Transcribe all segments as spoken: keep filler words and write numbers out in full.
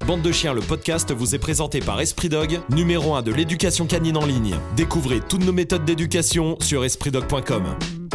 Bande de chiens, le podcast vous est présenté par Esprit Dog, numéro un de l'éducation canine en ligne. Découvrez toutes nos méthodes d'éducation sur esprit dog point com.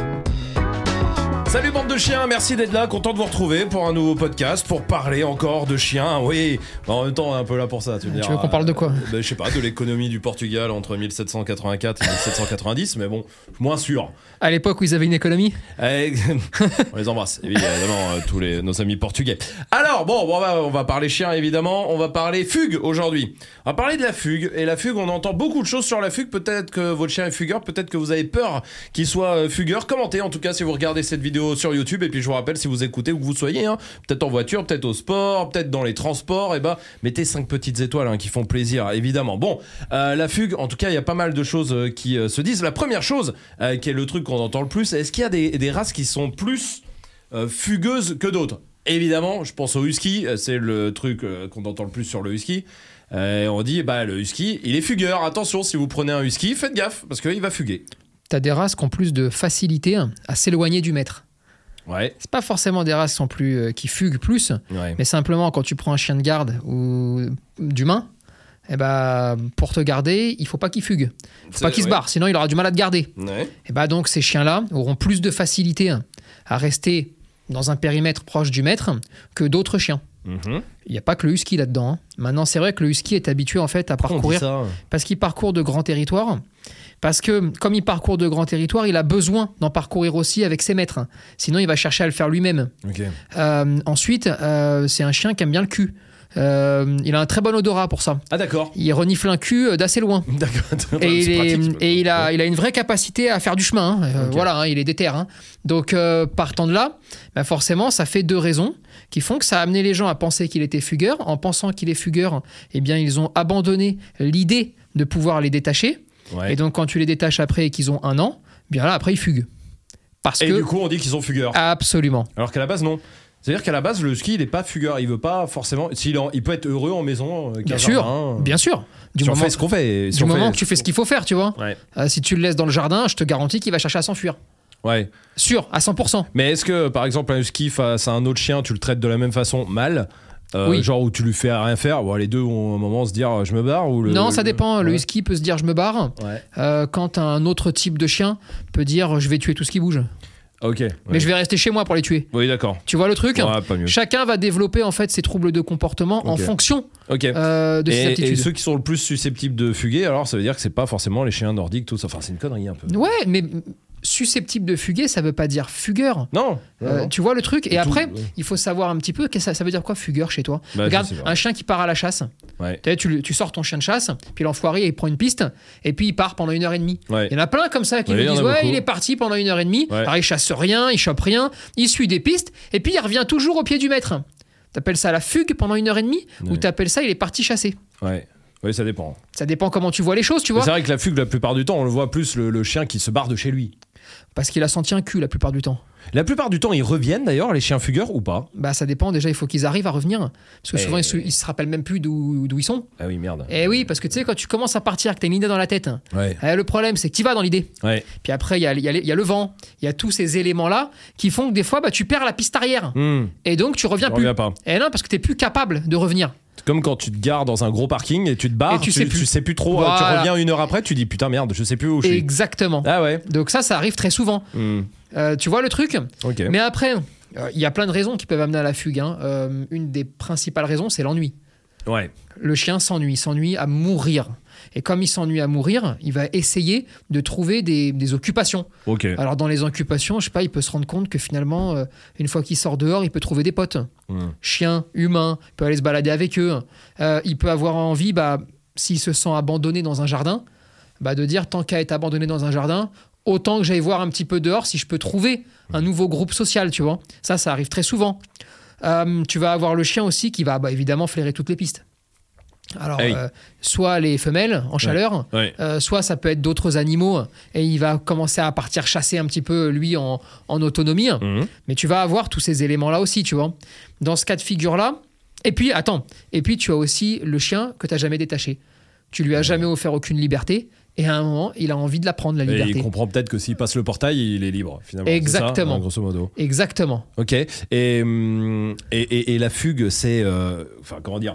Salut bande de chiens, merci d'être là, content de vous retrouver pour un nouveau podcast, pour parler encore de chiens, oui, en même temps un peu là pour ça, tu veux, tu dire, veux qu'on parle de quoi ? euh, bah, Je sais pas, de l'économie du Portugal entre mille sept cent quatre-vingt-quatre et mille sept cent quatre-vingt-dix, mais bon, moins sûr. À l'époque où ils avaient une économie ? Eh, on les embrasse, évidemment, euh, tous les, nos amis portugais. Alors, bon, bon on, va, on va parler chiens évidemment, on va parler fugue aujourd'hui. On va parler de la fugue, et la fugue, on entend beaucoup de choses sur la fugue, peut-être que votre chien est fugueur, peut-être que vous avez peur qu'il soit fugueur. Commentez en tout cas si vous regardez cette vidéo sur YouTube, et puis je vous rappelle, si vous écoutez où que vous soyez, hein, peut-être en voiture, peut-être au sport, peut-être dans les transports, et bah mettez cinq petites étoiles hein, qui font plaisir évidemment. Bon, euh, la fugue, en tout cas il y a pas mal de choses euh, qui euh, se disent. La première chose euh, qui est le truc qu'on entend le plus, est-ce qu'il y a des, des races qui sont plus euh, fugueuses que d'autres ? Évidemment, je pense au husky, c'est le truc euh, qu'on entend le plus sur le husky. Euh, on dit bah le husky il est fugueur, attention si vous prenez un husky faites gaffe parce qu'il va fuguer. T'as des races qui ont plus de facilité à s'éloigner du maître. Ouais. C'est pas forcément des races qui, sont plus, euh, qui fuguent plus, Ouais. mais simplement quand tu prends un chien de garde ou d'humain, eh ben, pour te garder, il faut pas qu'il fugue. Il faut C'est- pas qu'il se ouais. barre, sinon il aura du mal à te garder. Ouais. Et ben donc ces chiens-là auront plus de facilité à rester dans un périmètre proche du maître que d'autres chiens. Mhm. Il n'y a pas que le husky là-dedans. hein. Maintenant, c'est vrai que le husky est habitué en fait à Pourquoi on dit parcourir ça parce qu'il parcourt de grands territoires. Parce que comme il parcourt de grands territoires, il a besoin d'en parcourir aussi avec ses maîtres. Sinon, il va chercher à le faire lui-même. Ok. Euh, ensuite, euh, c'est un chien qui aime bien le cul. Euh, il a un très bon odorat pour ça. Ah d'accord. Il renifle un cul euh, d'assez loin. D'accord. Et, il, C'est est- pratique. et il, a, il a une vraie capacité à faire du chemin. hein. Euh, Ok. Voilà, hein, il est déter. hein. Donc, euh, partant de là, bah forcément, ça fait deux raisons qui font que ça a amené les gens à penser qu'il était fugueur. En pensant qu'il est fugueur, eh bien, ils ont abandonné l'idée de pouvoir les détacher. Ouais. Et donc, quand tu les détaches après et qu'ils ont un an, bien là, après, ils fuguent. Parce Et que... du coup on dit qu'ils sont fugueurs. Absolument. Alors qu'à la base non. C'est-à-dire qu'à la base le husky il est pas fugueur, il veut pas forcément. S'il en- il peut être heureux en maison. euh, Bien qu'un sûr, jardin, euh, bien sûr. Du si on moment, fait ce qu'on fait. Si du on moment fait- que tu fais ce qu'il faut faire, tu vois. Ouais. Euh, si tu le laisses dans le jardin, je te garantis qu'il va chercher à s'enfuir. Ouais. Sûr, à cent pour cent. Mais est-ce que par exemple un husky face à un autre chien tu le traites de la même façon mal? Euh, Oui. Genre où tu lui fais rien faire, bon, les deux vont un moment se dire je me barre ou le, Non, ça dépend. Le ouais. husky peut se dire je me barre. Ouais. Euh, quand un autre type de chien peut dire je vais tuer tout ce qui bouge. Ok. Ouais. Mais je vais rester chez moi pour les tuer. Oui d'accord. Tu vois le truc ? Ouais, pas mieux. Chacun va développer en fait ses troubles de comportement en Ok. fonction Ok. euh, de ses Et, et aptitudes. ceux qui sont le plus susceptibles de fuguer, alors ça veut dire que c'est pas forcément les chiens nordiques, tout ça. Enfin, c'est une connerie un peu. Ouais, mais susceptible de fuguer, ça veut pas dire fugueur. Non. non, Euh, non. tu vois le truc ? Et Tout, après, ouais. il faut savoir un petit peu, qu'est-ce que ça, ça veut dire quoi fugueur chez toi ? Bah, Regarde, je sais pas. un chien qui part à la chasse. Ouais. Tu sais, Tu, le- tu sors ton chien de chasse, puis l'enfoiré, il prend une piste, et puis il part pendant une heure et demie. Ouais. Il y en a plein comme ça qui Ouais, il y nous en a disent ouais, beaucoup. il est parti pendant une heure et demie. Ouais. Alors il chasse rien, il chope rien, il suit des pistes, et puis il revient toujours au pied du maître. T'appelles ça la fugue pendant une heure et demie, ou Ouais. t'appelles ça il est parti chasser. Ouais. Oui, ça dépend. Ça dépend comment tu vois les choses, tu Mais vois. c'est vrai que la fugue, la plupart du temps, on le voit plus le, le chien qui se barre de chez lui. Parce qu'il a senti un cul la plupart du temps. La plupart du temps, ils reviennent d'ailleurs, les chiens fugueurs ou pas? Bah ça dépend. Déjà, il faut qu'ils arrivent à revenir, parce que Et- souvent ils se, ils se rappellent même plus d'où d'où ils sont. Ah oui, merde. Et oui, parce que tu sais quand tu commences à partir, que t'as une idée dans la tête. Ouais. eh, le problème c'est que tu vas dans l'idée. Ouais. Puis après, il y a, il y a les- il y a le vent, il y a tous ces éléments-là qui font que des fois, bah, tu perds la piste arrière. Hmm. Et donc, tu reviens Je plus. reviens pas. Et non, parce que tu n'es plus capable de revenir. C'est comme quand tu te gares dans un gros parking et tu te barres, Et tu sais plus. sais plus trop. Voilà. Tu reviens une heure après, tu dis putain merde, je sais plus où je suis. Exactement. Ah ouais. Donc ça, ça arrive très souvent. Hmm. Euh, tu vois le truc ? Ok. Mais après, euh, il y a plein de raisons qui peuvent amener à la fugue. hein. Euh, une des principales raisons, c'est l'ennui. Ouais. Le chien s'ennuie, s'ennuie à mourir. Et comme il s'ennuie à mourir, il va essayer de trouver des, des occupations. Ok. Alors dans les occupations, je sais pas, il peut se rendre compte que finalement, euh, une fois qu'il sort dehors, il peut trouver des potes. Hmm. Chiens, humains, il peut aller se balader avec eux. Euh, il peut avoir envie, bah, s'il se sent abandonné dans un jardin, bah, de dire tant qu'à être abandonné dans un jardin, autant que j'aille voir un petit peu dehors si je peux trouver un nouveau groupe social, tu vois. Ça, ça arrive très souvent. Euh, tu vas avoir le chien aussi qui va bah, évidemment flairer toutes les pistes. Alors, Hey. euh, soit les femelles en chaleur, Ouais. euh, soit ça peut être d'autres animaux et il va commencer à partir chasser un petit peu lui en, en autonomie. Mhm. Mais tu vas avoir tous ces éléments-là aussi, tu vois. Dans ce cas de figure-là, et puis, attends, et puis tu as aussi le chien que tu n'as jamais détaché. Tu lui as jamais offert aucune liberté et à un moment, il a envie de la prendre, la Et liberté. il comprend peut-être que s'il passe le portail, il est libre, finalement. c'est ça, Exactement. hein, grosso modo. Exactement. Ok. Et, hum, et, et, et la fugue, c'est. euh, Enfin, comment dire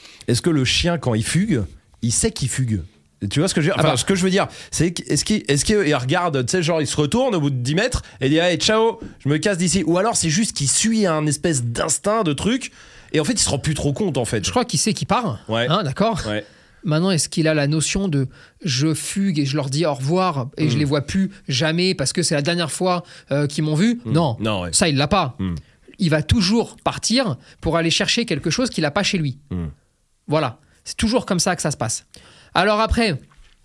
est-ce que le chien, quand il fugue, il sait qu'il fugue? Tu vois ce que je veux dire? Enfin, ah bah. ce que je veux dire, c'est que- est-ce qu'il, est-ce qu'il regarde, tu sais, genre il se retourne au bout de dix mètres et dit allez, ciao, je me casse d'ici. Ou alors c'est juste qu'il suit un espèce d'instinct de truc et en fait il se rend plus trop compte en fait. Je crois qu'il sait qu'il part. Ouais. Hein, d'accord. Ouais. Maintenant, est-ce qu'il a la notion de je fugue et je leur dis au revoir et Mm. je les vois plus jamais parce que c'est la dernière fois euh, qu'ils m'ont vu? Non. Non, ouais. Ça, il l'a pas. Mm. Il va toujours partir pour aller chercher quelque chose qu'il n'a pas chez lui. Mm. Voilà. C'est toujours comme ça que ça se passe. Alors après,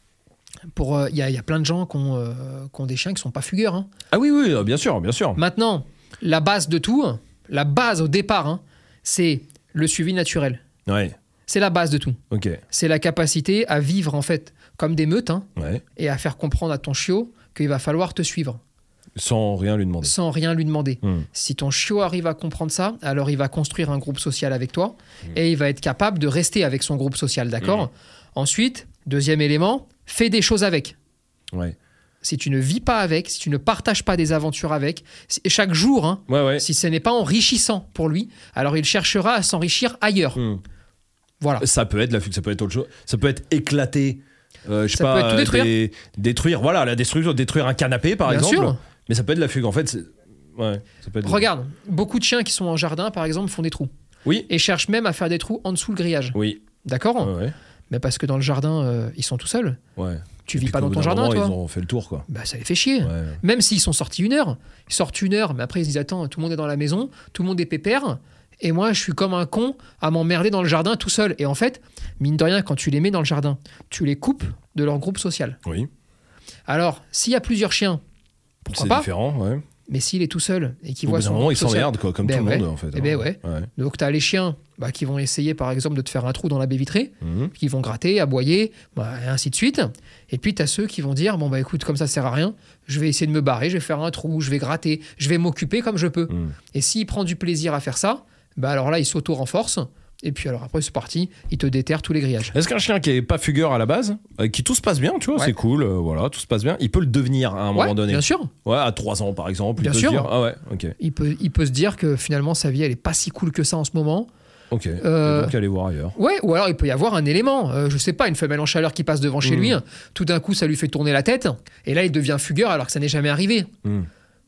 pour il y, a- y a plein de gens qui ont, euh, qui ont des chiens qui sont pas fugueurs. Hein. Ah oui, oui, bien sûr, bien sûr. Maintenant, la base de tout, la base au départ, hein, c'est le suivi naturel. Ouais, C'est la base de tout. ok. C'est la capacité à vivre en fait comme des meutes, hein, Ouais. et à faire comprendre à ton chiot qu'il va falloir te suivre Sans rien lui demander. sans rien lui demander. Mm. Si ton chiot arrive à comprendre ça, alors il va construire un groupe social avec toi Mm. et il va être capable de rester avec son groupe social, d'accord? Ensuite, deuxième élément, fais des choses avec. Ouais. Si tu ne vis pas avec, si tu ne partages pas des aventures avec, si- chaque jour, hein, Ouais, ouais. si ce n'est pas enrichissant pour lui, alors il cherchera à s'enrichir ailleurs. Mm. Voilà. Ça peut être la fugue, ça peut être autre chose. Ça peut être éclater. Euh, je sais Ça pas, peut être tout euh, détruire. des- détruire, voilà, la destruction, détruire un canapé par Bien exemple. sûr. Mais ça peut être la fugue, en fait. c'est- Ouais, ça peut être. Regarde, beaucoup de chiens qui sont en jardin, par exemple, font des trous. Oui. Et cherchent même à faire des trous en dessous le grillage. Oui. D'accord? Ouais, ouais. Mais parce que dans le jardin, euh, ils sont tout seuls. ouais. Tu Et vis puis pas qu'au dans bout ton d'un jardin, moment, toi. Ils ont fait le tour, quoi. Bah, ça les fait chier. Ouais. Même s'ils sont sortis une heure, ils sortent une heure, mais après ils se disent attends, tout le monde est dans la maison, tout le monde est pépère, et moi je suis comme un con à m'emmerder dans le jardin tout seul. Et en fait, mine de rien, quand tu les mets dans le jardin, tu les coupes de leur groupe social. Oui. Alors, s'il y a plusieurs chiens, pourquoi C'est pas? différent, ouais. Mais s'il est tout seul et qu'il Au voit bout d'un son moment, groupe ils social, s'emmerdent, quoi, comme Ben tout le ouais. monde, en fait. Eh ben ouais. Ouais. donc tu as les chiens bah, qui vont essayer par exemple de te faire un trou dans la baie vitrée, Mhm. qui vont gratter, aboyer, bah, et ainsi de suite. Et puis tu as ceux qui vont dire bon bah écoute, comme ça ça sert à rien, je vais essayer de me barrer, je vais faire un trou, je vais gratter, je vais m'occuper comme je peux. Mhm. Et s'il prend du plaisir à faire ça, bah alors là il s'auto-renforce. Et puis alors après c'est parti, il te déterre tous les grillages. Est-ce qu'un chien qui est pas fugueur à la base, avec qui tout se passe bien, tu vois, Ouais. c'est cool, euh, voilà, tout se passe bien, il peut le devenir à un moment Ouais, donné. bien sûr. Ouais, à trois ans par exemple, Bien il peut sûr. se dire ah ouais, ok, Il peut, il peut se dire que finalement sa vie elle est pas si cool que ça en ce moment. ok. Euh, Et donc aller voir ailleurs. Ouais, ou alors il peut y avoir un élément, euh, je sais pas, une femelle en chaleur qui passe devant chez Mm. lui, tout d'un coup ça lui fait tourner la tête, et là il devient fugueur alors que ça n'est jamais arrivé. Hmm.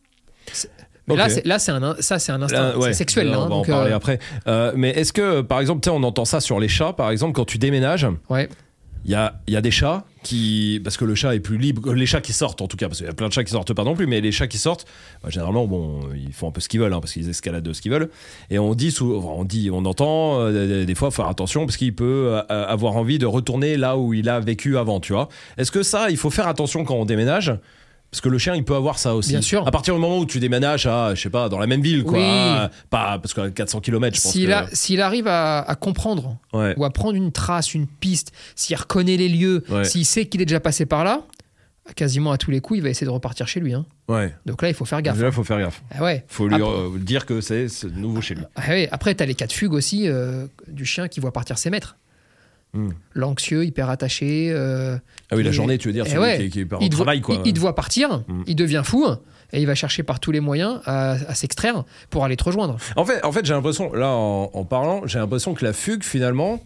Mais là, Ok. c'est, là c'est un, in- ça c'est un instinct Là, ouais, c'est sexuel. là, Là, on hein, va en donc, parler euh, après. Euh, mais est-ce que, par exemple, tu sais, on entend ça sur les chats, par exemple, quand tu déménages, ouais. il y a, il y a des chats qui. Parce que le chat est plus libre. Les chats qui sortent, en tout cas, parce qu'il y a plein de chats qui sortent pas non plus, mais les chats qui sortent, bah, généralement, bon, ils font un peu ce qu'ils veulent, hein, parce qu'ils escaladent de ce qu'ils veulent. Et on dit, sous, enfin, on, dit on entend euh, des, des fois faire attention, parce qu'il peut euh, avoir envie de retourner là où il a vécu avant, tu vois. Est-ce que ça, il faut faire attention quand on déménage? Parce que le chien, il peut avoir ça aussi. Bien sûr. À partir du moment où tu déménages à, je sais pas, dans la même ville, quoi. Oui. Ah, pas, parce qu'à quatre cents kilomètres, je pense S'il, que... a- s'il arrive à, à comprendre Ouais. ou à prendre une trace, une piste, s'il reconnaît les lieux, Ouais. s'il sait qu'il est déjà passé par là, quasiment à tous les coups, il va essayer de repartir chez lui. Hein. Ouais. Donc là, il faut faire gaffe. Là, il faut faire gaffe. Ah ouais. Faut lui Après, euh, dire que c'est c'est nouveau chez lui. ah ouais. Après, tu as les cas de fugue aussi euh, du chien qui voit partir ses maîtres. Hmm. L'anxieux, hyper attaché. euh, Ah oui, la qui- journée, tu veux dire, Eh celui ouais. qui, qui part au il, te voit, travail, quoi. il- il te voit partir, Mm. il devient fou et il va chercher par tous les moyens à, à s'extraire pour aller te rejoindre. En fait, en fait j'ai l'impression, là, en, en parlant, j'ai l'impression que la fugue, finalement,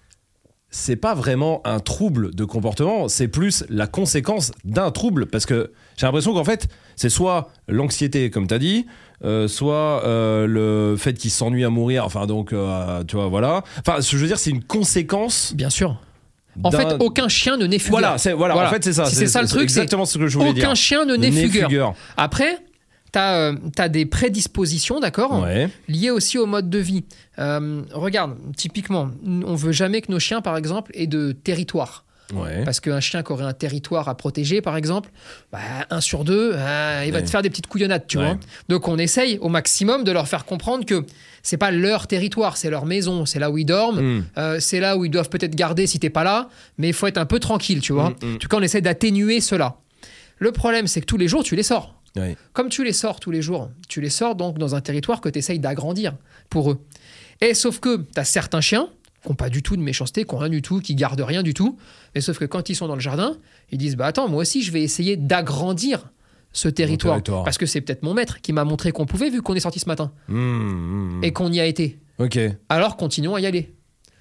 c'est pas vraiment un trouble de comportement, c'est plus la conséquence d'un trouble. Parce que j'ai l'impression qu'en fait, c'est soit l'anxiété, comme tu as dit, euh, soit euh, le fait qu'il s'ennuie à mourir. Enfin, donc, euh, tu vois, voilà. Enfin, je veux dire, c'est une conséquence. Bien sûr. En d'un- fait, aucun chien ne naît fugueur. Voilà, c'est, voilà, Voilà. en fait, c'est ça. Si c'est ça le truc, c'est exactement ce que je voulais dire. Aucun chien ne naît Né fugueur. fugueur. Après, tu as des prédispositions, d'accord, Ouais. liées aussi au mode de vie. Euh, regarde, typiquement, on veut jamais que nos chiens, par exemple, aient de territoire. Ouais. Parce qu'un chien qui aurait un territoire à protéger, par exemple, bah, un sur deux, euh, il va Ouais. te faire des petites couillonnades, tu Ouais. vois. Donc on essaye au maximum de leur faire comprendre que c'est pas leur territoire, c'est leur maison, c'est là où ils dorment, Mm. euh, c'est là où ils doivent peut-être garder si t'es pas là, mais il faut être un peu tranquille, tu vois. Mm, mm. En tout cas, on essaie d'atténuer cela. Le problème, c'est que tous les jours, tu les sors. Ouais. Comme tu les sors tous les jours, tu les sors donc dans un territoire que tu essayes d'agrandir pour eux. Et sauf que tu as certains chiens qui n'ont pas du tout de méchanceté, qui n'ont rien du tout, qui gardent rien du tout. Mais sauf que quand ils sont dans le jardin, ils disent bah attends, moi aussi je vais essayer d'agrandir ce territoire. territoire. Parce que c'est peut-être mon maître qui m'a montré qu'on pouvait vu qu'on est sorti ce matin Mm, mm, mm. et qu'on y a été. Ok. Alors continuons à y aller.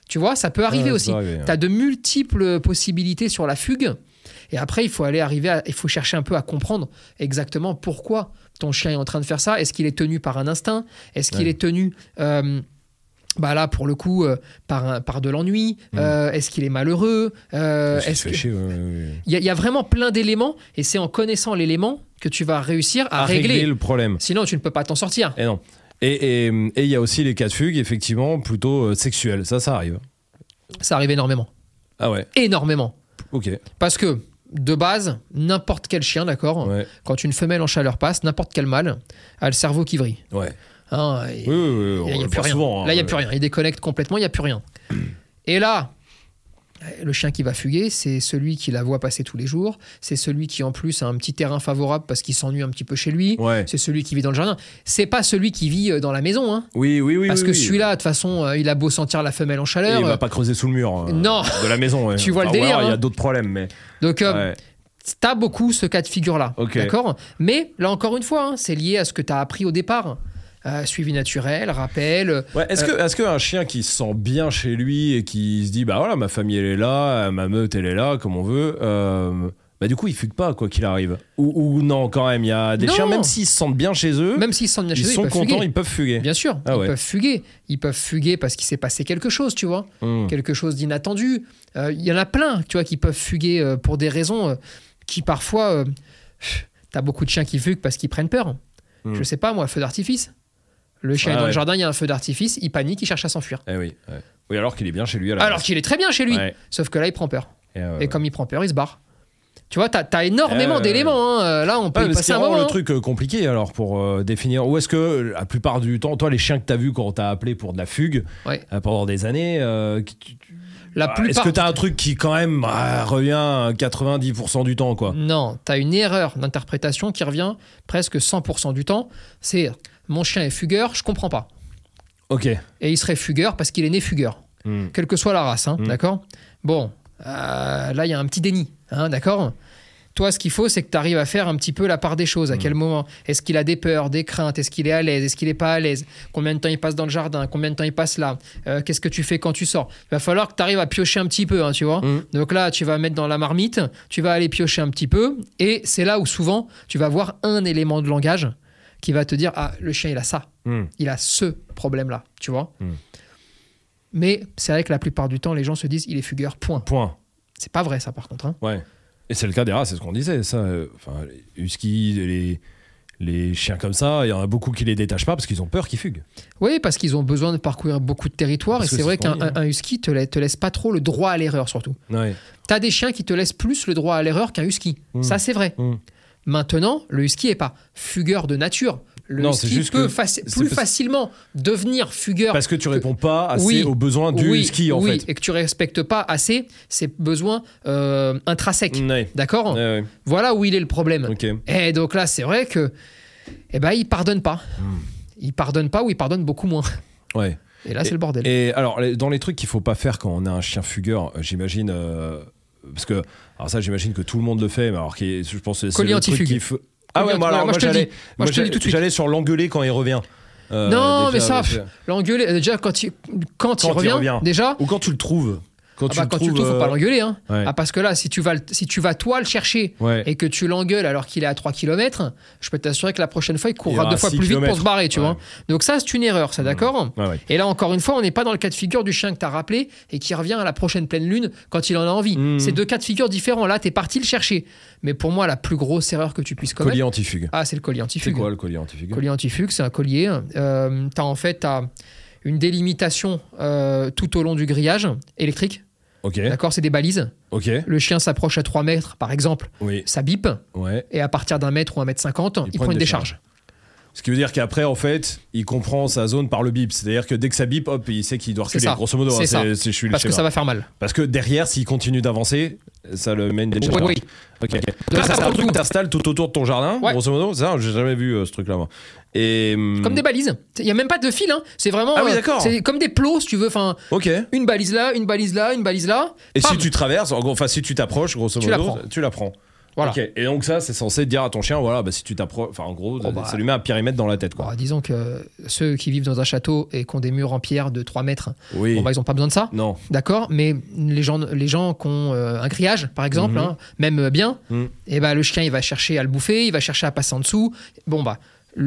Tu vois, ça peut arriver Ouais, aussi. ouais. Tu as de multiples possibilités sur la fugue. Et après, il faut aller arriver à, il faut chercher un peu à comprendre exactement pourquoi ton chien est en train de faire ça. Est-ce qu'il est tenu par un instinct? Est-ce qu'il Ouais. est tenu, euh, bah là, pour le coup, euh, par, un- par de l'ennui? Mm. Euh, Est-ce qu'il est malheureux? Euh, Je me est-ce suis fait que- chier, ouais, ouais, ouais. Il y, a- il y a vraiment plein d'éléments. Et c'est en connaissant l'élément que tu vas réussir à, À régler. régler. le problème. Sinon, tu ne peux pas t'en sortir. Et non. Et et- et il y a aussi les cas de fugue, effectivement, plutôt euh, sexuels. Ça, ça arrive. Ça arrive énormément. Ah ouais, Énormément. ok. Parce que, de base, n'importe quel chien, d'accord, Ouais, quand une femelle en chaleur passe, n'importe quel mâle a le cerveau qui vrille. ouais. Hein, et- Oui, oui, oui, Là, on il n'y a le plus voit rien. souvent. hein. Là, il n'y a plus rien. Il déconnecte complètement, il n'y a plus rien. Et là, le chien qui va fuguer, c'est celui qui la voit passer tous les jours. C'est celui qui, en plus, a un petit terrain favorable parce qu'il s'ennuie un petit peu chez lui. Ouais. C'est celui qui vit dans le jardin. C'est pas celui qui vit euh, dans la maison. Hein, Oui, oui, oui. parce oui, que oui. celui-là, de toute façon, euh, il a beau sentir la femelle en Et chaleur. il euh, va pas creuser sous le mur euh, Non. de la maison. ouais. Tu vois le Enfin, ou délire, alors, Il y hein. a d'autres problèmes, mais. Donc, euh, Ouais. t'as beaucoup ce cas de figure-là. Ok. D'accord. Mais là, encore une fois, hein, c'est lié à ce que t'as appris au départ. Euh, suivi naturel, rappel. euh, Ouais, est-ce que est-ce qu'un chien qui se sent bien chez lui et qui se dit bah voilà ma famille elle est là, ma meute elle est là comme on veut, euh, bah du coup il fugue pas quoi qu'il arrive. Ou, ou non quand même il y a des Non. chiens même s'ils se sentent bien chez eux, Même s'ils se sentent bien ils chez eux, sont ils peuvent contents, fuguer. ils peuvent fuguer. Bien sûr, Ah ils ouais. peuvent fuguer. Ils peuvent fuguer parce qu'il s'est passé quelque chose, tu vois. Mmh. Quelque chose d'inattendu. Euh, Il y en a plein, tu vois, qui peuvent fuguer euh, pour des raisons euh, qui parfois... Euh, t'as beaucoup de chiens qui fuguent parce qu'ils prennent peur. Mm. Je sais pas, moi, feu d'artifice. Le chien Ah est dans ouais. le jardin, il y a un feu d'artifice, il panique, il cherche à s'enfuir. Eh oui, ouais. Oui alors qu'il est bien chez lui à la Alors base. qu'il est très bien chez lui. Ouais. Sauf que là, il prend peur. Et, euh, Et comme il prend peur, il se barre. Tu vois, t'as as énormément Ouais, ouais, d'éléments. hein. Là, on peut Ouais, y mais ce passer qui un rend moment. le hein. truc euh, compliqué alors pour euh, définir. Ou est-ce que la plupart du temps, toi les chiens que t'as vus quand on t'a appelé pour de la fugue Ouais. euh, pendant des années, euh, qui- tu- tu- La Ah, plupart... est-ce que t'as un truc qui quand même ah, revient quatre-vingt-dix pour cent du temps quoi? Non, tu as une erreur d'interprétation qui revient presque cent pour cent du temps. C'est mon chien est fugueur, je comprends pas. Ok. Et il serait fugueur parce qu'il est né fugueur, Hmm. quelle que soit la race, hein, Mm. d'accord. Bon, euh, là il y a un petit déni, hein, d'accord. Toi, ce qu'il faut, c'est que tu arrives à faire un petit peu la part des choses. À Mm. quel moment? Est-ce qu'il a des peurs, des craintes? Est-ce qu'il est à l'aise? Est-ce qu'il n'est pas à l'aise? Combien de temps il passe dans le jardin? Combien de temps il passe là? Euh, Qu'est-ce que tu fais quand tu sors? Il va falloir que tu arrives à piocher un petit peu, hein, tu vois. Mm. Donc là, tu vas mettre dans la marmite, tu vas aller piocher un petit peu, et c'est là où souvent, tu vas voir un élément de langage qui va te dire, ah, le chien, il a ça. Hmm. Il a ce problème-là, tu vois. Mm. Mais c'est vrai que la plupart du temps, les gens se disent, il est fugueur, point. Point. C'est pas vrai, ça, par contre. hein. Ouais. Et c'est le cas des races, c'est ce qu'on disait. Ça, euh, enfin, les huskies, les, les chiens comme ça, il y en a beaucoup qui les détachent pas parce qu'ils ont peur qu'ils fuguent. Oui, parce qu'ils ont besoin de parcourir beaucoup de territoire, Parce et que c'est c'est vrai ce qu'on qu'un dit, hein. un- un husky te, la- te laisse pas trop le droit à l'erreur, surtout. Ouais. T'as des chiens qui te laissent plus le droit à l'erreur qu'un husky. Mm. Ça, c'est vrai. Mm. Maintenant, le husky est pas fugueur de nature. Le Non, c'est husky juste peut que faci- c'est plus parce- facilement devenir fugueur. Parce que tu réponds pas assez Oui. aux besoins du oui, husky en oui, fait. et que tu respectes pas assez ses besoins euh, intrinsèques. Ouais. D'accord. Ouais, ouais. Voilà où il est le problème. Ok. Et donc là, c'est vrai que, eh ben, il pardonne pas. Mm. Il pardonne pas ou il pardonne beaucoup moins. Ouais. Et là, c'est le bordel. Et alors, les- dans les trucs qu'il faut pas faire quand on a un chien fugueur, euh, j'imagine. euh, parce que. Alors, ça, j'imagine que tout le monde le fait, mais alors, qui est- je pense que c'est Collier le truc anti-fugue. qu'il faut. Ah ouais, Collier moi, alors, anti- moi, moi, je te le j'allais. dis. Moi, je te le dis tout de suite. J'allais sur l'engueuler quand il revient. Euh, Non, déjà, mais ça, parce que- l'engueuler, euh, déjà, quand il, quand il Quand il revient, revient. déjà, Ou quand tu le trouves. Quand ah tu bah, le quand tu trouves. le trouves, faut pas euh, l'engueuler. Hein. ouais. Ah, parce que là, si tu vas, le- si tu vas toi le chercher Ouais. et que tu l'engueules alors qu'il est à trois kilomètres, je peux t'assurer que la prochaine fois, il courra Il ira deux à fois six plus vite pour kilomètres. se barrer, tu Ouais. vois. Donc ça, c'est une erreur, ça, d'accord. Ouais, ouais. Et là, encore une fois, on n'est pas dans le cas de figure du chien que tu as rappelé et qui revient à la prochaine pleine lune quand il en a envie. Mmh. C'est deux cas de figure différents. Là, tu es parti le chercher. Mais pour moi, la plus grosse erreur que tu puisses commettre, Collier anti-fugue. ah, c'est le collier C'est anti-fugue. quoi le collier anti-fugue? Collier anti-fugue, c'est un collier. Euh, tu as en fait t'as une délimitation euh, tout au long du grillage électrique. Ok. D'accord, c'est des balises. Ok. Le chien s'approche à trois mètres, par exemple, Oui. ça bip. Ouais. Et à partir d'un mètre ou un mètre cinquante, il, prend une décharge. Ce qui veut dire qu'après, en fait, il comprend sa zone par le bip. C'est-à-dire que dès que ça bip, hop, il sait qu'il doit C'est reculer. ça. Grosso modo, C'est hein, ça. c'est- c'est- je suis le Parce que schéma. ça va faire mal. Parce que derrière, s'il continue d'avancer, ça le mène des Oui, charges. oui. Ok. Donc Là, ça, c'est ça un truc tout. que t'installes tout autour de ton jardin, Ouais. grosso modo. C'est ça, j'ai jamais vu euh, ce truc-là, moi. Et. hum, Comme des balises. Il n'y a même pas de fil. Hein. C'est vraiment. Ah oui, euh, d'accord. c'est comme des plots, si tu veux. Enfin, Ok. Et une balise là, une balise là, une balise là. si Pam. tu traverses, en gros, enfin, si tu t'approches, grosso Tu modo, la prends. tu la prends. Voilà. Ok, et donc ça, c'est censé dire à ton chien, voilà, bah, si tu t'approches. Enfin, en gros, Oh, bah. ça lui met un périmètre dans la tête, quoi. Bon, disons que ceux qui vivent dans un château et qui ont des murs en pierre de trois mètres, Oui. bon, bah, ils n'ont pas besoin de ça. Non. D'accord, mais les gens, les gens qui ont euh, un grillage, par exemple, Mhm. hein, même euh, bien, Mhm. et bah, le chien, il va chercher à le bouffer, il va chercher à passer en dessous. Bon, bah,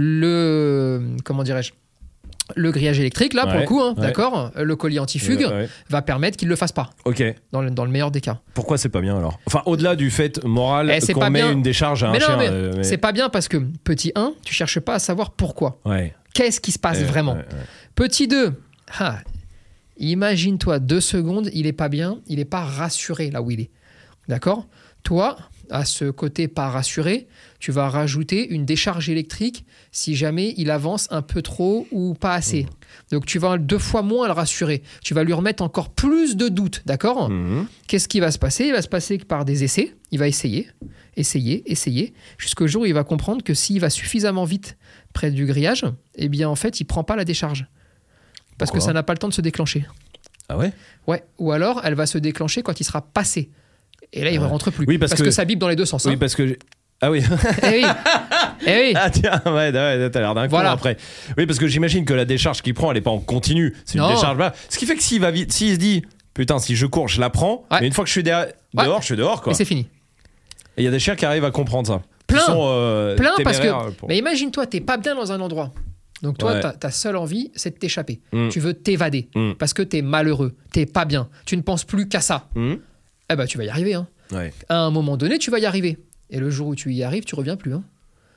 le. Comment dirais-je le grillage électrique, là, pour Ouais, le coup, hein, ouais. d'accord, le collier anti-fugue Ouais, ouais. va permettre qu'il ne le fasse pas, Ok. dans le, dans le meilleur des cas. Pourquoi c'est pas bien alors? Enfin, au-delà du fait moral Eh, c'est qu'on pas met bien. une décharge à un mais non, chien. mais, euh, mais- c'est pas bien parce que, petit un, tu cherches pas à savoir pourquoi. Ouais. Qu'est-ce qui se passe Ouais, vraiment ouais, ouais. Petit deux, ah, imagine-toi deux secondes, il est pas bien, il est pas rassuré là où il est. D'accord? Toi, à ce côté pas rassuré, tu vas rajouter une décharge électrique si jamais il avance un peu trop ou pas assez. Donc tu vas deux fois moins le rassurer. Tu vas lui remettre encore plus de doutes, d'accord? Mhm. Qu'est-ce qui va se passer? Il va se passer que par des essais. Il va essayer, essayer, essayer, jusqu'au jour où il va comprendre que s'il va suffisamment vite près du grillage, eh bien en fait, il prend pas la décharge. Parce Pourquoi que ça n'a pas le temps de se déclencher. Ah ouais? Ouais. Ou alors, elle va se déclencher quand il sera passé. Et là, il ne Ouais. rentre plus. Oui, parce que... que- ça bip dans les deux sens. Oui, hein. parce que. j'ai- Ah oui. Eh oui. Eh oui. Ah tiens, ouais, ouais, t'as l'air d'un con Voilà. après. Oui, parce que j'imagine que la décharge qu'il prend, elle est pas en continu. C'est une Non. décharge là. Ce qui fait que s'il va vite, s'il se dit, putain, si je cours, je la prends. Ouais. Mais une fois que je suis derrière- Ouais. dehors, je suis dehors, quoi. Et c'est fini. Et il y a des chiens qui arrivent à comprendre ça. Plein. Qui sont, euh, Plein parce que. téméraires pour- Mais imagine-toi, t'es pas bien dans un endroit. Donc toi, Ouais. ta, ta seule envie, c'est de t'échapper. Mm. Tu veux t'évader. Mm. Parce que t'es malheureux. T'es pas bien. Tu ne penses plus qu'à ça. Hmm. Eh ben, tu vas y arriver. Hein. Ouais. À un moment donné, tu vas y arriver. Et le jour où tu y arrives, tu reviens plus. Hein.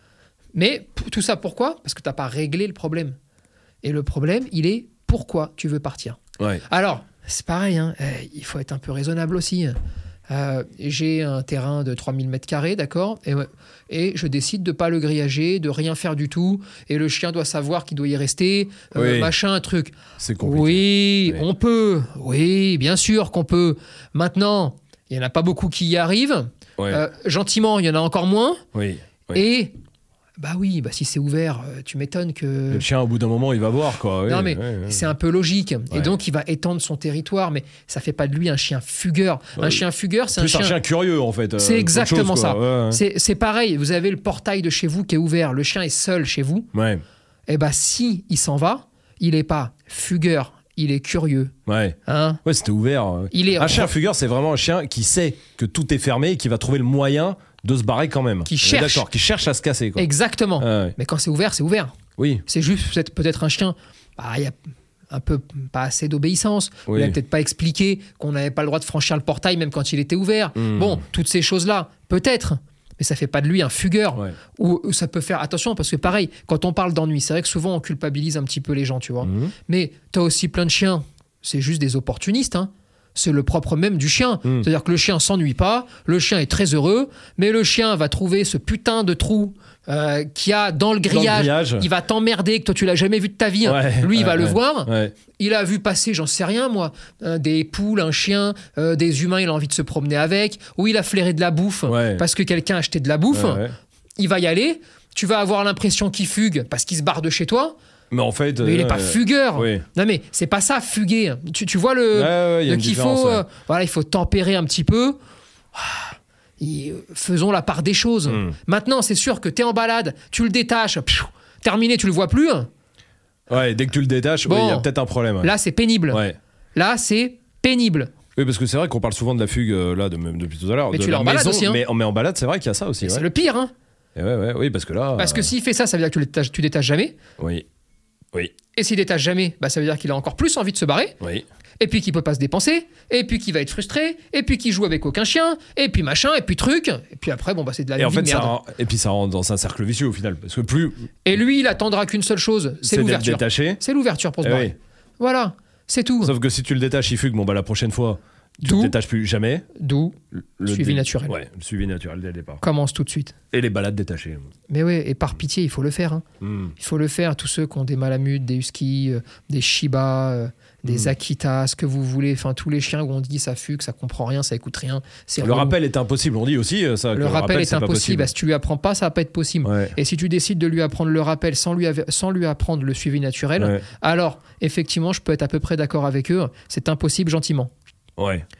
Mais p- tout ça, pourquoi? Parce que tu n'as pas réglé le problème. Et le problème, il est pourquoi tu veux partir. Ouais. Alors, c'est pareil, hein, euh, il faut être un peu raisonnable aussi. Euh, j'ai un terrain de trois mille mètres carrés, d'accord, et, ouais, et je décide de pas le grillager, de rien faire du tout, et le chien doit savoir qu'il doit y rester, euh, Oui. machin, un truc. C'est compliqué. Oui, Oui. on peut. Oui, bien sûr qu'on peut. Maintenant, il n'y en a pas beaucoup qui y arrivent. Ouais. Euh, gentiment, il y en a encore moins. Oui. Oui. Et, bah oui, bah si c'est ouvert, euh, tu m'étonnes que... Le chien, au bout d'un moment, il va voir, quoi. Oui, non, mais ouais, ouais. c'est un peu logique. Ouais. Et donc, il va étendre son territoire, mais ça fait pas de lui un chien fugueur. Ouais. Un chien fugueur, c'est un Plus chien... un chien curieux, en fait. euh, C'est autre exactement chose, ça. quoi. Ouais, ouais. C'est c'est pareil, vous avez le portail de chez vous qui est ouvert, le chien est seul chez vous. Ouais. Et bah si il s'en va, il n'est pas fugueur, il est curieux. Ouais. Hein. Ouais, c'était ouvert. Il est Un chien fugueur, c'est vraiment un chien qui sait que tout est fermé et qui va trouver le moyen de se barrer quand même. Qui On est cherche. D'accord, qui cherche à se casser, quoi. Exactement. Ah ouais. Mais quand c'est ouvert, c'est ouvert. Oui. C'est juste peut-être peut-être un chien, bah, il y a un peu pas assez d'obéissance. Oui. Il n'a peut-être pas expliqué qu'on n'avait pas le droit de franchir le portail même quand il était ouvert. Hmm. Bon, toutes ces choses-là, peut-être. Mais ça fait pas de lui un fugueur. Ouais. Ou ou ça peut faire attention parce que pareil, quand on parle d'ennui, c'est vrai que souvent on culpabilise un petit peu les gens, tu vois. Mhm. Mais tu as aussi plein de chiens, c'est juste des opportunistes. Hein. C'est le propre même du chien. Mm. C'est-à-dire que le chien s'ennuie pas, le chien est très heureux, mais le chien va trouver ce putain de trou euh, qu'il y a dans le grillage. grillage. Il va t'emmerder, que toi tu l'as jamais vu de ta vie. hein. Ouais, Lui, il ouais, va le ouais. voir. Ouais. Il a vu passer, j'en sais rien moi, euh, des poules, un chien, euh, des humains, il a envie de se promener avec, ou il a flairé de la bouffe Ouais. parce que quelqu'un a acheté de la bouffe. Ouais, ouais. Il va y aller. Tu vas avoir l'impression qu'il fugue parce qu'il se barre de chez toi, Mais en fait. mais il n'est euh, pas fugueur. Oui. Non mais c'est pas ça, fuguer. Tu, tu vois le, Ouais, ouais, il y a le une qu'il différence, faut, ouais. euh, voilà, il faut tempérer un petit peu. Ah, et, euh, faisons la part des choses. Mm. Maintenant, c'est sûr que tu es en balade, tu le détaches, pfiou, terminé, tu le vois plus. Ouais, dès que tu le détaches, oui, il Bon. y a peut-être un problème. Ouais. Là, c'est pénible. Ouais. Là, c'est pénible. Oui, parce que c'est vrai qu'on parle souvent de la fugue, euh, là, de, même depuis tout à l'heure. Mais de tu la l'as en balade maison, aussi, hein. Mais, mais en balade, c'est vrai qu'il y a ça aussi. C'est Ouais. le pire. Hein. Et ouais, ouais, oui, parce que là. Parce que euh, s'il fait ça, ça veut dire que tu, le détaches, tu détaches jamais. Oui. Oui. Et s'il détache jamais, bah, ça veut dire qu'il a encore plus envie de se barrer. Oui. Et puis qu'il peut pas se dépenser, et puis qu'il va être frustré, et puis qu'il joue avec aucun chien, et puis machin, et puis truc, et puis après, bon, bah, c'est de la Et en vie fait, de ça merde. rend- et puis ça rentre dans un cercle vicieux au final. Parce que plus Et lui, il attendra qu'une seule chose, c'est c'est d'être l'ouverture. détaché. C'est l'ouverture pour se Eh barrer. oui. Voilà, c'est tout. Sauf que si tu le détaches, il fugue, bon, bah la prochaine fois, tu D'où- le détaches plus jamais. D'où Le Suivi dé- naturel. Ouais, le suivi naturel dès le départ. commence tout de suite. Et les balades détachées. Mais ouais, et par pitié, il faut le faire. hein. Hmm. Il faut le faire. Tous ceux qui ont des malamutes, des huskies, euh, des shibas, euh, des Mm. akitas, ce que vous voulez. Enfin, tous les chiens où on dit ça fugue, ça comprend rien, ça écoute rien. C'est Le relou. rappel est impossible, on dit aussi euh, ça. que Le rappel est c'est pas impossible. possible. Si tu lui apprends pas, ça va pas être possible. Ouais. Et si tu décides de lui apprendre le rappel sans lui, av- sans lui apprendre le suivi naturel, Ouais. alors effectivement, je peux être à peu près d'accord avec eux. C'est impossible gentiment. Ouais.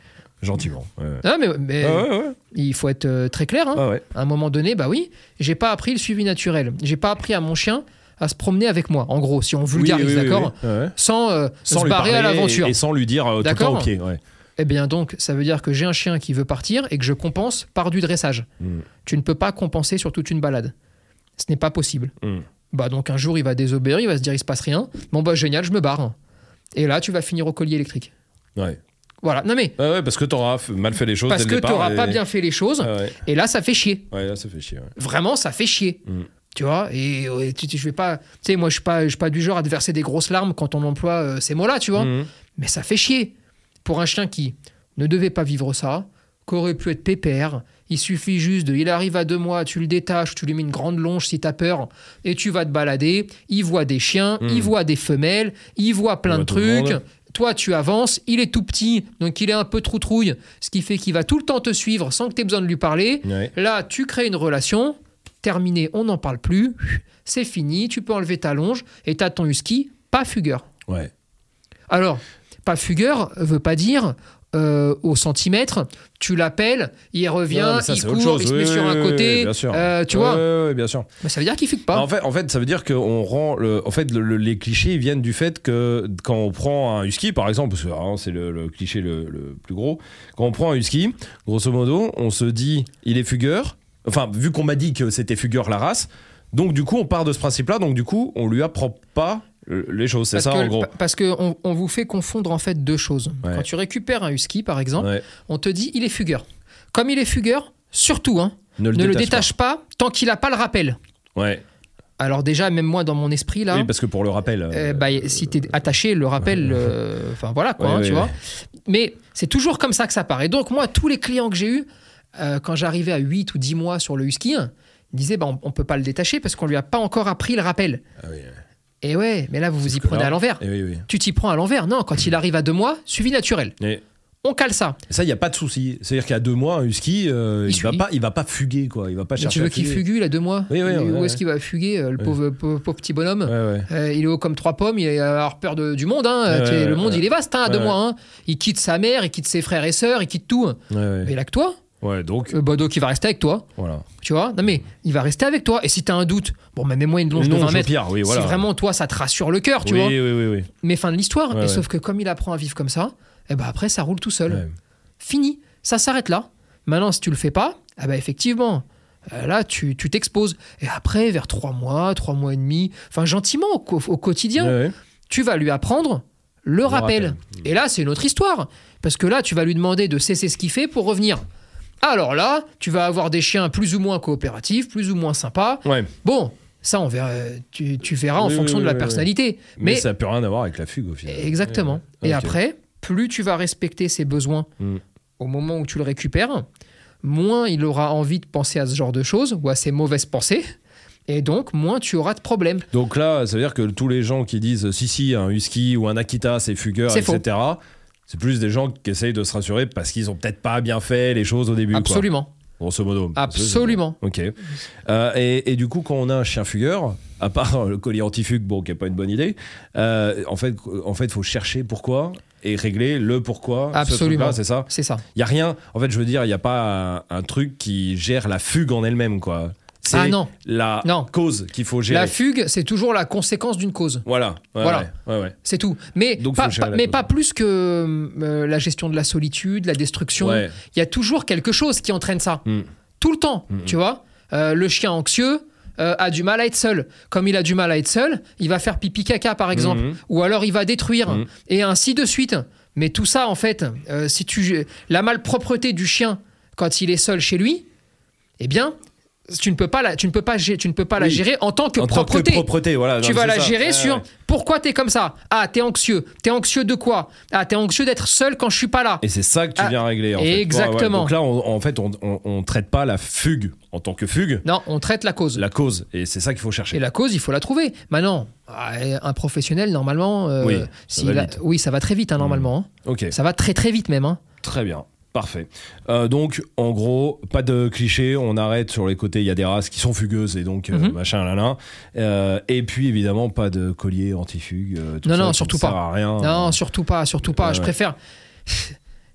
Gentiment. Ouais. Non, mais, mais Ah ouais, ouais. il faut être euh, très clair. Hein. Ah ouais. À un moment donné, bah oui, j'ai pas appris le suivi naturel. J'ai pas appris à mon chien à se promener avec moi. En gros, si on vulgarise, Oui, oui, oui, d'accord, oui. Ouais. sans, euh, Sans se lui barrer à parler l'aventure. Et, et sans lui dire euh, tout le D'accord. temps au pied. Ouais. Eh bien donc, ça veut dire que j'ai un chien qui veut partir et que je compense par du dressage. Mm. Tu ne peux pas compenser sur toute une balade. Ce n'est pas possible. Mm. Bah donc un jour, il va désobéir, il va se dire il se passe rien. Bon bah génial, je me barre. Et là, tu vas finir au collier électrique. Ouais. Voilà. Non mais Ouais, ouais, parce que t'auras f- mal fait les choses parce dès que le tu départ. n'auras et- pas bien fait les choses. Ah ouais. Et là, ça fait chier. Ouais, là, ça fait chier. Ouais. Vraiment, ça fait chier. Mm. Tu vois, et, et tu, tu- je vais pas. Tu sais, moi, je suis pas, je suis pas du genre à te verser des grosses larmes quand on emploie euh, ces mots-là, tu vois. Mhm. Mais ça fait chier. Pour un chien qui ne devait pas vivre ça, qu'aurait pu être pépère, il suffit juste de. Il arrive à deux mois, tu le détaches, tu lui mets une grande longe si t'as peur, et tu vas te balader. Il voit des chiens, Mhm. il voit des femelles, il voit plein Il de voit tout le trucs. monde. Toi, tu avances, il est tout petit, donc il est un peu troutrouille, ce qui fait qu'il va tout le temps te suivre sans que tu aies besoin de lui parler. Ouais. Là, tu crées une relation, terminé, on n'en parle plus, c'est fini, tu peux enlever ta longe et t'as ton husky, pas fugueur. Ouais. Alors, pas fugueur veut pas dire euh, au centimètre, tu l'appelles, il revient, Non, mais ça, il c'est court, autre chose. il se Oui, met oui, sur un oui, côté, oui, bien sûr. euh, tu Ouais, vois, ouais, ouais, bien sûr. bah, ça veut dire qu'il fugue pas. En fait, en fait, ça veut dire qu'on rend. Le, en fait, le- le- les clichés ils viennent du fait que quand on prend un husky, par exemple, parce que vraiment, c'est le, le cliché le, le plus gros, quand on prend un husky, grosso modo, on se dit il est fugueur. Enfin, vu qu'on m'a dit que c'était fugueur la race, donc du coup, on part de ce principe-là, donc du coup, on lui apprend pas euh, les choses. C'est Parce ça, que, en gros. Parce qu'on on vous fait confondre en fait deux choses. Ouais. Quand tu récupères un husky, par exemple, Ouais. on te dit il est fugueur. Comme il est fugueur, surtout, hein, Ne le ne le détache détache pas, tant qu'il n'a pas le rappel. pas. Ouais. Alors déjà, même moi, dans mon esprit, là, Oui, parce que pour le rappel. euh, euh, bah, si t'es attaché, le rappel, euh, enfin voilà quoi, Ouais, hein, ouais, tu ouais. vois. Mais c'est toujours comme ça que ça part. Et donc moi, tous les clients que j'ai eus, euh, quand j'arrivais à huit ou dix mois sur le husky, ils disaient bah, on, on peut pas le détacher parce qu'on lui a pas encore appris le rappel. Ah oui, ouais. Et ouais, mais là, vous vous y Parce que prenez là- à l'envers. Eh oui, oui. Tu t'y prends à l'envers. Non, quand il arrive à deux mois, suivi naturel. Et On cale ça. ça, il n'y a pas de souci. C'est-à-dire qu'à deux mois, un husky, euh, Il il, va suit. pas, il va pas fuguer, quoi. Il va pas Mais chercher tu veux à qu'il fuguer. fugue, il a deux mois Oui, oui, Et ouais, Où ouais. est-ce qu'il va fuguer, euh, le pauvre, pauvre, pauvre petit bonhomme Ouais, ouais. Euh, il est haut comme trois pommes, il va avoir peur de- du monde. Hein. Ouais, Tu sais, ouais, le monde, ouais. il est vaste hein, à deux Ouais, mois. Hein. Il quitte sa mère, il quitte ses frères et sœurs, il quitte tout. Ouais, ouais. Mais là que toi, Ouais, donc, euh, bah, donc il va rester avec toi. voilà. Tu vois. Non, mais il va rester avec toi. Et si tu as un doute, bon, mais mets-moi une longe Une de vingt longe au mètres. pire, oui, voilà. Si vraiment, toi, ça te rassure le cœur, tu oui, vois. oui, oui, oui. Mais fin de l'histoire. Ouais, et ouais. sauf que comme il apprend à vivre comme ça, et ben après, ça roule tout seul. Ouais. Fini. Ça s'arrête là. Maintenant, si tu le fais pas, ah bah effectivement, euh, là, tu tu t'exposes. Et après, vers trois mois, trois mois et demi, enfin gentiment au, co- au quotidien, Ouais, ouais. tu vas lui apprendre le, rappel. rappel. Et là, c'est une autre histoire. Parce que là, tu vas lui demander de cesser ce qu'il fait pour revenir. Alors là, tu vas avoir des chiens plus ou moins coopératifs, plus ou moins sympas. Ouais. Bon, ça, on verra, tu, tu verras en Oui, fonction oui, de la oui, personnalité. Mais, Mais, ça n'a plus rien à voir avec la fugue, au final. exactement. Ouais, ouais. Et Ok. après, plus tu vas respecter ses besoins Mm. au moment où tu le récupères, moins il aura envie de penser à ce genre de choses ou à ces mauvaises pensées. Et donc, moins tu auras de problèmes. Donc là, ça veut dire que tous les gens qui disent si, si, un husky ou un Akita, c'est fugueur, C'est et cetera, c'est plus des gens qui essayent de se rassurer parce qu'ils ont peut-être pas bien fait les choses au début. quoi. Absolument. Grosso modo. Absolument. Ok. Euh, et, et du coup, quand on a un chien fugueur, à part le collier anti-fugue, bon, qui n'est pas une bonne idée, euh, en fait, en fait, faut chercher pourquoi et régler le pourquoi. ce Absolument. truc-là, c'est ça. C'est ça. Il y a rien. En fait, je veux dire, il y a pas un, un truc qui gère la fugue en elle-même, quoi. C'est Ah non. la Non. cause qu'il faut gérer. La fugue, c'est toujours la conséquence d'une cause. Voilà. Ouais, Voilà. Ouais, ouais, ouais. C'est tout. Mais, Donc, pas, faut gérer pas- la mais cause. pas plus que euh, la gestion de la solitude, la destruction. Ouais. Il y a toujours quelque chose qui entraîne ça. Mm. Tout le temps, Mm. tu vois. Euh, le chien anxieux euh, a du mal à être seul. Comme il a du mal à être seul, il va faire pipi caca, par exemple. Mhm. Ou alors il va détruire. Mm. Et ainsi de suite. Mais tout ça, en fait, euh, si tu la malpropreté du chien quand il est seul chez lui, eh bien, tu ne peux pas la, tu ne peux pas, gé- tu ne peux pas la Oui. gérer en tant que En tant que propreté. propreté, voilà. Tu non, vas c'est la ça. gérer Ouais, sur ouais. pourquoi t'es comme ça. Ah, t'es anxieux. T'es anxieux de quoi? Ah, t'es anxieux d'être seul quand je suis pas là. Et c'est ça que tu Ah, viens régler. En fait. exactement. Ouais, ouais. Donc là, on- en fait, on, on, on traite pas la fugue en tant que fugue, Non, on traite la cause. la cause. Et c'est ça qu'il faut chercher. Et la cause, il faut la trouver. Maintenant, ah, un professionnel, normalement, euh, Oui, ça s'il va a- vite. oui, ça va très vite, hein, normalement. hein. Ok. Ça va très très vite même. hein. Très bien. Parfait. Euh, donc, en gros, pas de clichés. On arrête sur les côtés. Il y a des races qui sont fugueuses et donc euh, Mhm. machin, là, là. Euh, et puis, évidemment, pas de collier anti-fugue. euh, tout Non, ça non, qui surtout ne sert pas. à rien. Non, surtout pas, surtout pas. Ouais, je ouais. préfère.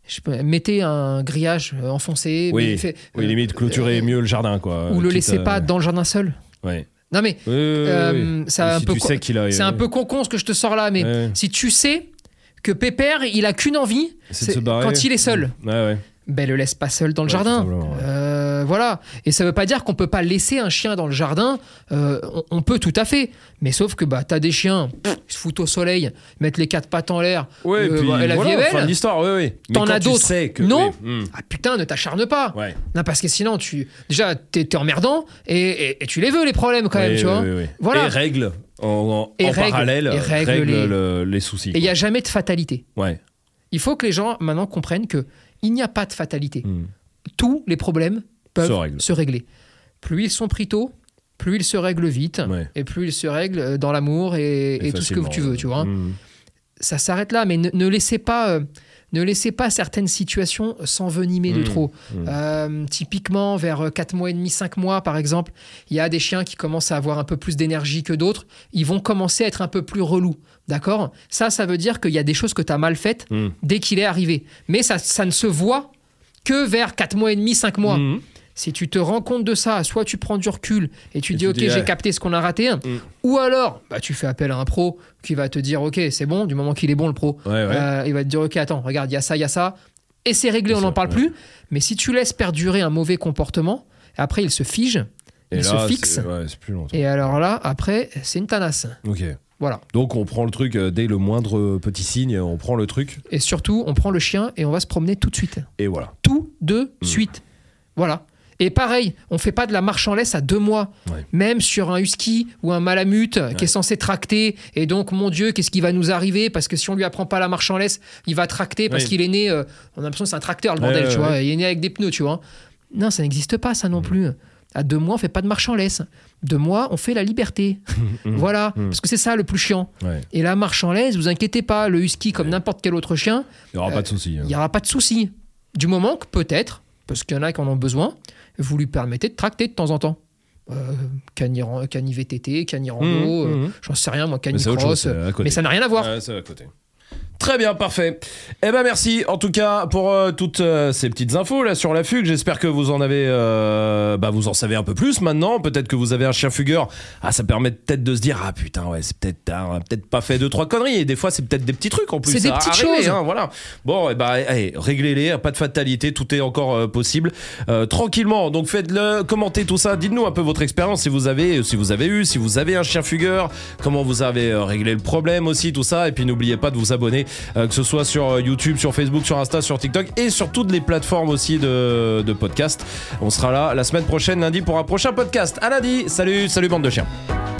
je peux, mettez un grillage euh, enfoncé. Oui, mais fait, oui, limite clôturer euh, mieux le jardin, quoi. Ou le Quitte laissez à- pas dans le jardin seul. Ouais. Non mais Oui, oui, oui, euh, oui. c'est un Si peu tu con- sais qu'il a. c'est un peu con-con ce que je te sors là, mais Ouais. si tu sais que Pépère, il a qu'une envie, C'est de c'est se barrer. quand il est seul. Ouais, ouais. Ben le laisse pas seul dans le Ouais, jardin. tout simplement, ouais. Euh, voilà. Et ça veut pas dire qu'on peut pas laisser un chien dans le jardin. Euh, on, on peut tout à fait. Mais sauf que bah t'as des chiens, pff, ils se foutent au soleil, mettent les quatre pattes en l'air. Ouais, Euh, puis bah, la voilà, vie est fin de belle. l'histoire, oui, oui. Mais T'en quand as tu d'autres. sais que- Non. oui, hmm. Ah putain, ne t'acharne pas. Ouais. Non, parce que sinon tu déjà t'es, t'es emmerdant et, et- et tu les veux les problèmes quand même, Oui, tu oui, vois. oui, oui. Voilà. Et règle en, en- Et en règle- parallèle, et règle règle les- le- les soucis. Et il y a jamais de fatalité. quoi. Ouais. Il faut que les gens maintenant comprennent que il n'y a pas de fatalité. Hmm. Tous les problèmes peuvent Se se, règlent. régler. Plus ils sont pris tôt, plus ils se règlent vite, Ouais. et plus ils se règlent dans l'amour et, et tout ce que facilement, tu veux, tu vois. hmm. Ça s'arrête là, mais ne, ne laissez pas, euh, ne laissez pas certaines situations s'envenimer de Mmh, trop. mmh. Euh, typiquement, vers quatre mois et demi, cinq mois, par exemple, il y a des chiens qui commencent à avoir un peu plus d'énergie que d'autres. Ils vont commencer à être un peu plus relous, d'accord ? Ça, ça veut dire qu'il y a des choses que tu as mal faites Hmm. dès qu'il est arrivé. Mais ça, ça ne se voit que vers quatre mois et demi, cinq mois. Hmm. Si tu te rends compte de ça, soit tu prends du recul et tu Et dis tu ok, dis, j'ai ouais. capté ce qu'on a raté, Mm. ou alors bah, tu fais appel à un pro qui va te dire ok, c'est bon, du moment qu'il est bon le pro, Ouais, ouais. Euh, il va te dire ok, attends, regarde, il y a ça, il y a ça, et c'est réglé, C'est on n'en ça, parle ouais. plus. Mais si tu laisses perdurer un mauvais comportement, après il se fige, Et il là, se fixe, c'est- ouais, c'est plus longtemps. et alors là, après, c'est une tanasse. Ok. Voilà. Donc on prend le truc euh, dès le moindre petit signe, on prend le truc Et surtout, on prend le chien et on va se promener tout de suite. et voilà. Tout de Mm. suite. Voilà. Et pareil, on fait pas de la marche en laisse à deux mois. Ouais. Même sur un husky ou un malamute qui Ouais. est censé tracter. Et donc, mon Dieu, qu'est-ce qui va nous arriver ? Parce que si on lui apprend pas la marche en laisse, il va tracter parce Oui. qu'il est né. euh, on a l'impression que c'est un tracteur, le Ouais, bordel, ouais, tu vois. ouais. Il est né avec des pneus, tu vois. Non, ça n'existe pas, ça non plus. À deux mois, on fait pas de marche en laisse. Deux mois, on fait la liberté. Voilà. Mm. Parce que c'est ça le plus chiant. Ouais. Et la marche en laisse, vous inquiétez pas, le husky, comme n'importe quel autre chien, Il n'y aura pas de souci. hein. il n'y aura pas de souci. Du moment que peut-être, parce qu'il y en a qui en ont besoin, vous lui permettez de tracter de temps en temps. Euh, cani, ran- cani V T T, cani rando, Mmh, euh, mmh. j'en sais rien, moi, Mais cani c'est autre chose, cross. c'est à côté. Mais ça n'a rien à voir. Ouais, c'est à côté. Très bien, parfait. Eh ben merci en tout cas pour euh, toutes euh, ces petites infos là sur la fugue. J'espère que vous en avez, euh, bah vous en savez un peu plus maintenant. Peut-être que vous avez un chien fugueur. Ah, ça permet peut-être de se dire ah putain ouais c'est peut-être ah, on a peut-être pas fait deux trois conneries. Et des fois c'est peut-être des petits trucs en plus. C'est des à- à petites régler, choses. hein, voilà. Bon, et bah allez, réglez-les. Pas de fatalité. Tout est encore euh, possible. Euh, tranquillement. Donc faites-le, commentez tout ça. Dites-nous un peu votre expérience si vous avez, si vous avez eu, si vous avez un chien fugueur. Comment vous avez euh, réglé le problème aussi, tout ça. Et puis n'oubliez pas de vous abonner, euh, que ce soit sur YouTube, sur Facebook, sur Insta, sur TikTok et sur toutes les plateformes aussi de, de podcast. On sera là la semaine prochaine, lundi, pour un prochain podcast. À lundi. Salut, salut bande de chiens.